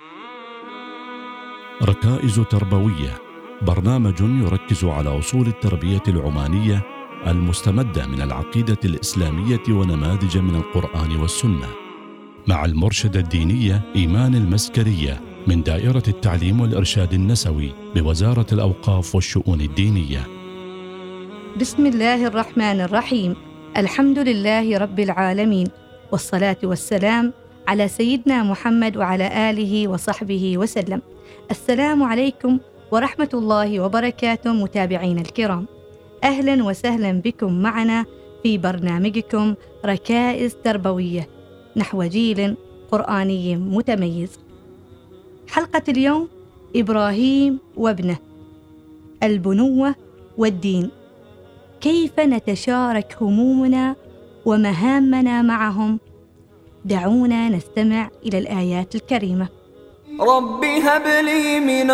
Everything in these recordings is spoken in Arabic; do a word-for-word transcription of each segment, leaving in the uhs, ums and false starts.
ركائز تربوية، برنامج يركز على أصول التربية العمانية المستمدة من العقيدة الإسلامية ونماذج من القرآن والسنة، مع المرشدة الدينية إيمان المسكرية من دائرة التعليم والإرشاد النسوي بوزارة الأوقاف والشؤون الدينية. بسم الله الرحمن الرحيم. الحمد لله رب العالمين، والصلاة والسلام على سيدنا محمد وعلى آله وصحبه وسلم. السلام عليكم ورحمة الله وبركاته متابعين الكرام، أهلا وسهلا بكم معنا في برنامجكم ركائز تربوية نحو جيل قرآني متميز. حلقة اليوم إبراهيم وابنه، البنوة والدين، كيف نتشارك همومنا ومهامنا معهم. دعونا نستمع إلى الآيات الكريمة. رب هب لي من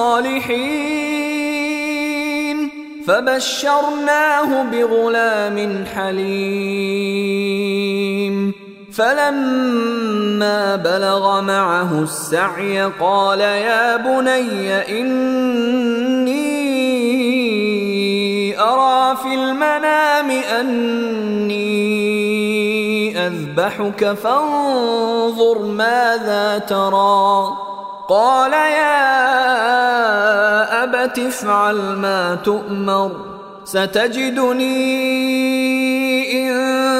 الصالحين فبشرناه بغلام حليم فلما بلغ معه السعي قال يا بني إني أرى في المنام أني أذبحك فانظر ماذا ترى. قال يا أبت افعل ما تؤمر ستجدني إن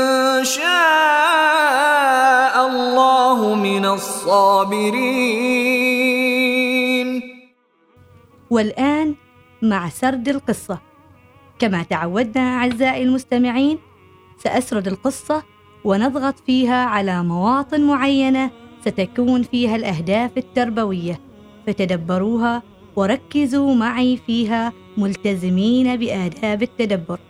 شاء الله من الصابرين. والآن مع سرد القصة. كما تعودنا أعزائي المستمعين، سأسرد القصة ونضغط فيها على مواطن معينة ستكون فيها الأهداف التربوية، فتدبروها وركزوا معي فيها ملتزمين بآداب التدبر.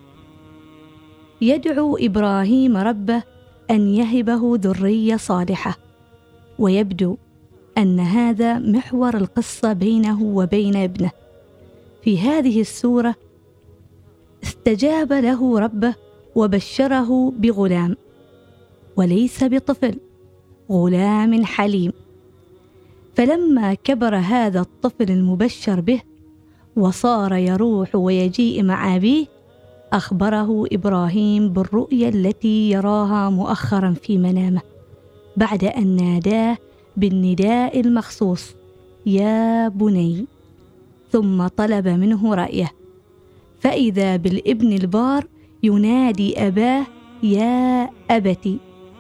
يدعو إبراهيم ربه أن يهبه ذرية صالحة، ويبدو أن هذا محور القصة بينه وبين ابنه. في هذه السورة استجاب له ربه وبشره بغلام، وليس بطفل، غلام حليم. فلما كبر هذا الطفل المبشر به وصار يروح ويجيء مع أبيه، أخبره إبراهيم بالرؤيا التي يراها مؤخرا في منامه، بعد أن ناداه بالنداء المخصوص يا بني، ثم طلب منه رأيه، فإذا بالابن البار ينادي أباه يا أبت،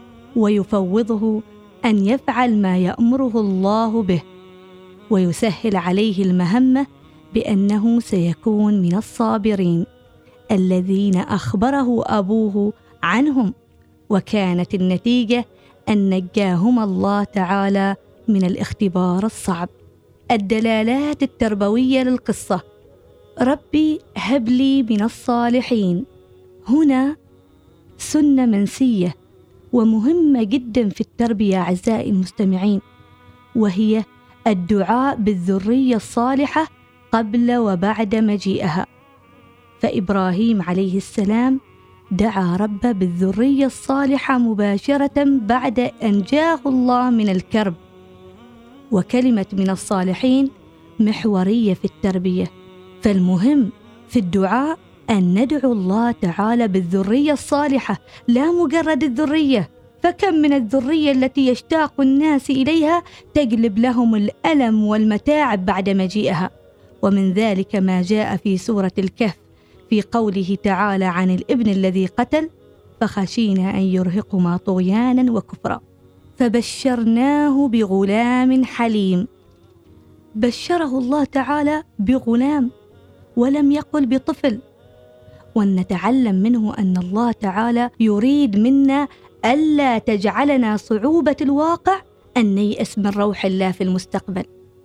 ويفوضه أن يفعل ما يأمره الله به، ويسهل عليه المهمة بأنه سيكون من الصابرين الذين أخبره أبوه عنهم، وكانت النتيجة أن نجاهما الله تعالى من الاختبار الصعب. الدلالات التربوية للقصة: ربي هب لي من الصالحين، هنا سنة منسية ومهمة جدا في التربية أعزائي المستمعين، وهي الدعاء بالذرية الصالحة قبل وبعد مجيئها. فإبراهيم عليه السلام دعا ربه بالذرية الصالحة مباشرة بعد أن جاه الله من الكرب. وكلمة من الصالحين محورية في التربية، فالمهم في الدعاء أن ندعو الله تعالى بالذرية الصالحة، لا مجرد الذرية. فكم من الذرية التي يشتاق الناس إليها تجلب لهم الألم والمتاعب بعد مجيئها. ومن ذلك ما جاء في سورة الكهف في قوله تعالى عن الابن الذي قتل فخشينا أن يرهقهما طغيانا وكفرا، فبشرناه بغلام حليم. بشره الله تعالى بغلام ولم يقل بطفل. ونتعلم منه أن الله تعالى يريد منا ألا تجعلنا صعوبة الواقع أن نيأس من روح الله في المستقبل.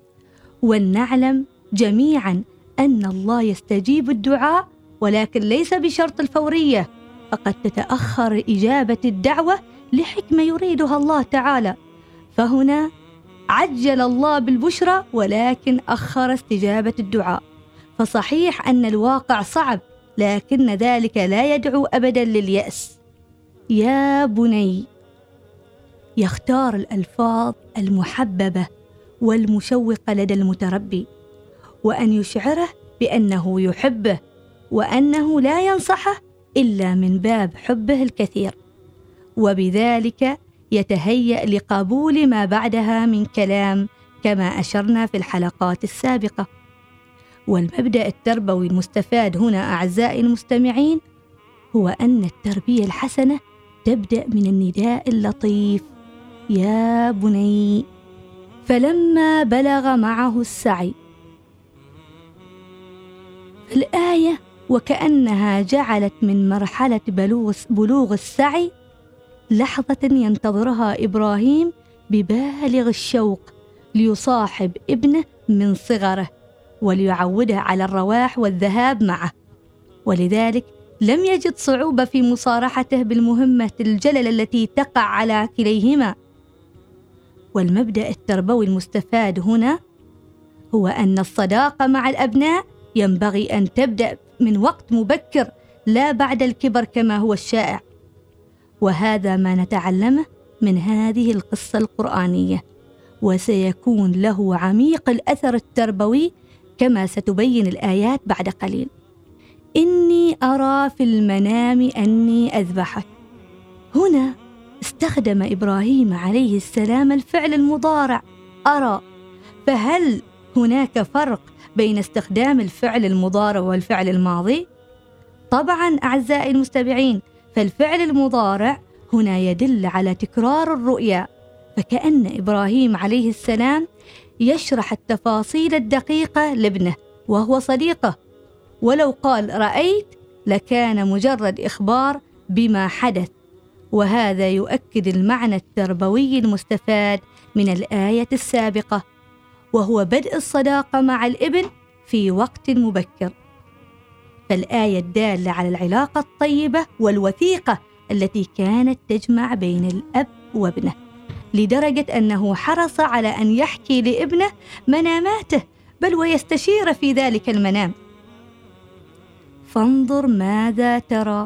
ولنعلم جميعا أن الله يستجيب الدعاء، ولكن ليس بشرط الفورية، فقد تتأخر إجابة الدعوة لحكمة يريدها الله تعالى. فهنا عجل الله بالبشرى ولكن أخر استجابة الدعاء. فصحيح أن الواقع صعب، لكن ذلك لا يدعو أبدا لليأس. يا بني، يختار الألفاظ المحببة والمشوقة لدى المتربي، وأن يشعره بأنه يحبه وأنه لا ينصحه إلا من باب حبه الكثير، وبذلك يتهيأ لقبول ما بعدها من كلام كما أشرنا في الحلقات السابقة. والمبدأ التربوي المستفاد هنا أعزائي المستمعين هو أن التربية الحسنة تبدأ من النداء اللطيف: يا بني. فلما بلغ معه السعي، الآية وكأنها جعلت من مرحلة بلوغ السعي لحظة ينتظرها إبراهيم ببالغ الشوق ليصاحب ابنه من صغره وليعوده على الرواح والذهاب معه، ولذلك لم يجد صعوبة في مصارحته بالمهمة الجلل التي تقع على كليهما. والمبدأ التربوي المستفاد هنا هو أن الصداقة مع الأبناء ينبغي أن تبدأ من وقت مبكر لا بعد الكبر كما هو الشائع، وهذا ما نتعلمه من هذه القصة القرآنية، وسيكون له عميق الأثر التربوي كما ستبين الآيات بعد قليل. إني أرى في المنام أني أذبحك. هنا استخدم إبراهيم عليه السلام الفعل المضارع أرى، فهل هناك فرق بين استخدام الفعل المضارع والفعل الماضي؟ طبعا أعزائي المستمعين، فالفعل المضارع هنا يدل على تكرار الرؤيا، فكأن إبراهيم عليه السلام يشرح التفاصيل الدقيقة لابنه وهو صديقه، ولو قال رأيت لكان مجرد إخبار بما حدث، وهذا يؤكد المعنى التربوي المستفاد من الآية السابقة، وهو بدء الصداقة مع الابن في وقت مبكر. فالآية الدالة على العلاقة الطيبة والوثيقة التي كانت تجمع بين الأب وابنه، لدرجة أنه حرص على أن يحكي لابنه مناماته بل ويستشير في ذلك المنام. فانظر ماذا ترى،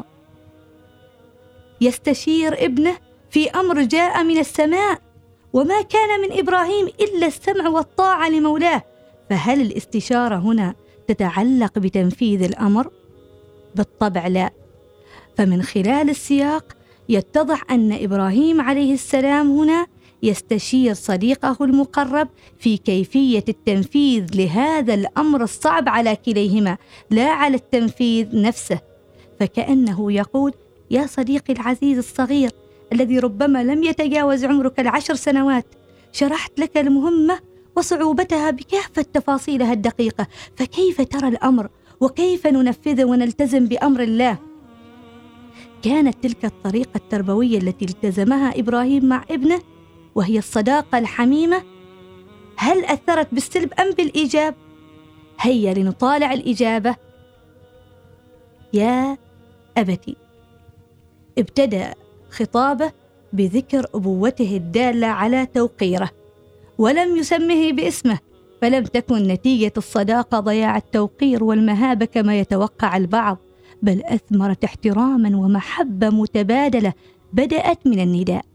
يستشير ابنه في أمر جاء من السماء، وما كان من إبراهيم إلا السمع والطاعة لمولاه، فهل الاستشارة هنا تتعلق بتنفيذ الأمر؟ بالطبع لا. فمن خلال السياق يتضح أن إبراهيم عليه السلام هنا يستشير صديقه المقرب في كيفية التنفيذ لهذا الأمر الصعب على كليهما، لا على التنفيذ نفسه، فكأنه يقول: يا صديقي العزيز الصغير الذي ربما لم يتجاوز عمرك العشر سنوات، شرحت لك المهمة وصعوبتها بكافة تفاصيلها الدقيقة، فكيف ترى الأمر وكيف ننفذه ونلتزم بأمر الله؟ كانت تلك الطريقة التربوية التي التزمها إبراهيم مع ابنه، وهي الصداقة الحميمة، هل أثرت بالسلب أم بالإيجاب؟ هيا لنطالع الإجابة. يا أبتي، ابتدأ خطابه بذكر أبوته الدالة على توقيره، ولم يسمه باسمه، فلم تكن نتيجة الصداقة ضياع التوقير والمهابة كما يتوقع البعض، بل أثمرت احتراما ومحبة متبادلة بدأت من النداء: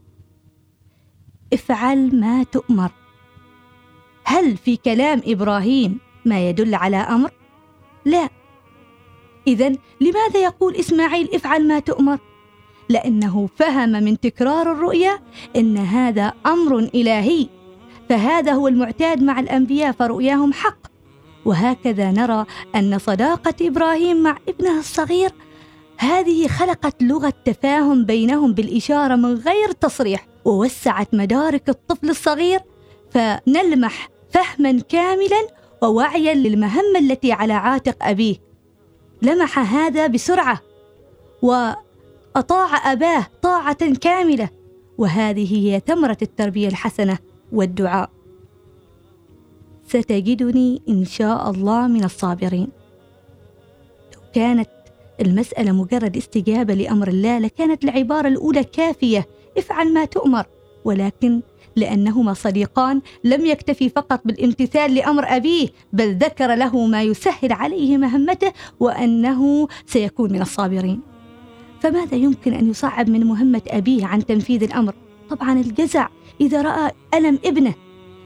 افعل ما تؤمر. هل في كلام إبراهيم ما يدل على أمر؟ لا. إذن لماذا يقول إسماعيل افعل ما تؤمر؟ لأنه فهم من تكرار الرؤيا أن هذا أمر إلهي، فهذا هو المعتاد مع الأنبياء، فرؤياهم حق. وهكذا نرى أن صداقة إبراهيم مع ابنه الصغير هذه خلقت لغة تفاهم بينهم بالإشارة من غير تصريح، ووسعت مدارك الطفل الصغير، فنلمح فهما كاملا ووعيا للمهمة التي على عاتق أبيه. لمح هذا بسرعة وأطاع أباه طاعة كاملة، وهذه هي ثمرة التربية الحسنة والدعاء. ستجدني إن شاء الله من الصابرين. لو كانت المسألة مجرد استجابة لأمر الله لكانت العبارة الأولى كافية: افعل ما تؤمر، ولكن لأنهما صديقان لم يكتفي فقط بالامتثال لأمر أبيه، بل ذكر له ما يسهل عليه مهمته وأنه سيكون من الصابرين. فماذا يمكن أن يصعب من مهمة أبيه عن تنفيذ الأمر؟ طبعا الجزع إذا رأى ألم ابنه،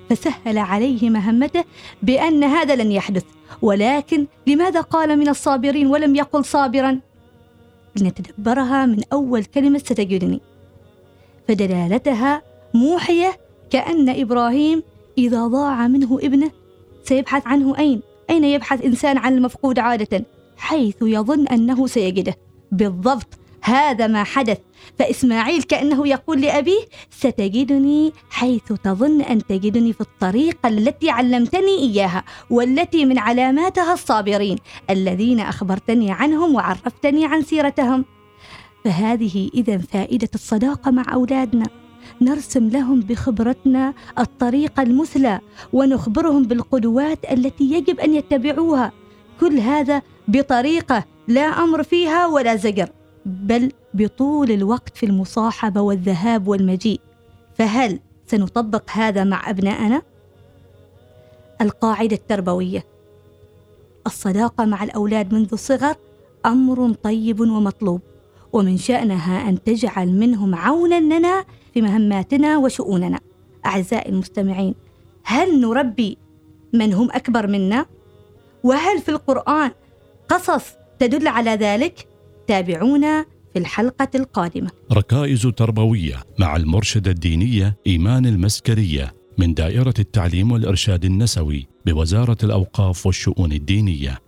فسهل عليه مهمته بأن هذا لن يحدث. ولكن لماذا قال من الصابرين ولم يقل صابرا؟ لنتدبرها من أول كلمة ستجدني، فدلالتها موحية كأن إبراهيم إذا ضاع منه ابنه سيبحث عنه أين؟ أين يبحث إنسان عن المفقود عادة؟ حيث يظن أنه سيجده. بالضبط هذا ما حدث. فإسماعيل كأنه يقول لأبيه: ستجدني حيث تظن أن تجدني، في الطريقة التي علمتني إياها، والتي من علاماتها الصابرين الذين أخبرتني عنهم وعرفتني عن سيرتهم. فهذه إذن فائدة الصداقة مع أولادنا، نرسم لهم بخبرتنا الطريقة المثلى، ونخبرهم بالقدوات التي يجب أن يتبعوها. كل هذا بطريقة لا أمر فيها ولا زجر، بل بطول الوقت في المصاحبة والذهاب والمجيء. فهل سنطبق هذا مع أبنائنا؟ القاعدة التربوية: الصداقة مع الأولاد منذ الصغر أمر طيب ومطلوب، ومن شأنها أن تجعل منهم عونا لنا في مهماتنا وشؤوننا. أعزائي المستمعين، هل نربي من هم أكبر منا؟ وهل في القرآن قصص تدل على ذلك؟ تابعونا في الحلقة القادمة. ركائز تربوية مع المرشدة الدينية إيمان المسكرية من دائرة التعليم والإرشاد النسوي بوزارة الأوقاف والشؤون الدينية.